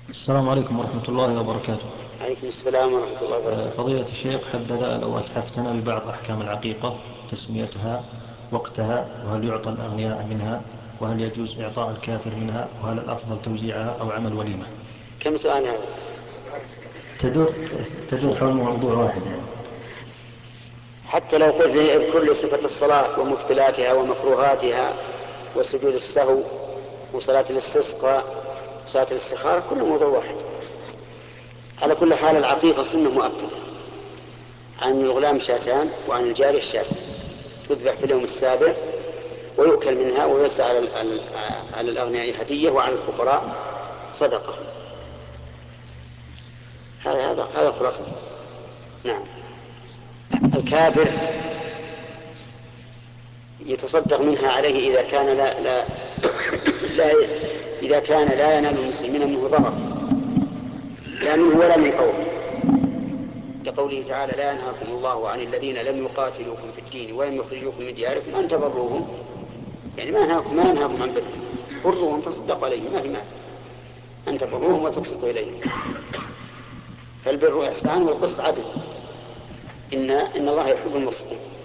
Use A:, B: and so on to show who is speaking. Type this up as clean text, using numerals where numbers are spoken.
A: السلام عليكم ورحمة الله وبركاته.
B: عليكم السلام ورحمة الله وبركاته.
A: فضيلة الشيخ، حبذا لو أتحفتنا ببعض أحكام العقيقة، تسميتها، وقتها، وهل يعطى الأغنياء منها، وهل يجوز إعطاء الكافر منها، وهل الأفضل توزيعها أو عمل وليمة؟
B: كم سؤال هذا؟
A: تدور حول موضوع واحد يعني.
B: حتى لو قلت لي اذكر لي صفة الصلاة ومبطلاتها ومكروهاتها وسجود السهو وصلاة الاستسقاء وصلاة الاستخارة، كل موضوع واحد. على كل حال العقيقة سنة مؤكدة. عن الغلام شاتان وعن الجارية شاتان، تذبح في اليوم السابع ويؤكل منها ويوزع على الأغنياء هدية وعلى الفقراء صدقة. هذا خلاصة. نعم. الكافر يتصدق منها عليه إذا كان إذا كان لا ينال المسلمين منه ضرر، لا منه ولا من قومه، لقوله تعالى: لا ينهاكم الله عن الذين لم يقاتلوكم في الدين ولم يخرجوكم من دياركم أن تبروهم. يعني ما ينهاكم عن برهم، برهم تصدق عليهم، ما في مانع أن تبروهم وتقسطوا إليهم. فالبر إحسان والقسط عدل. إن الله يحب المقسطين.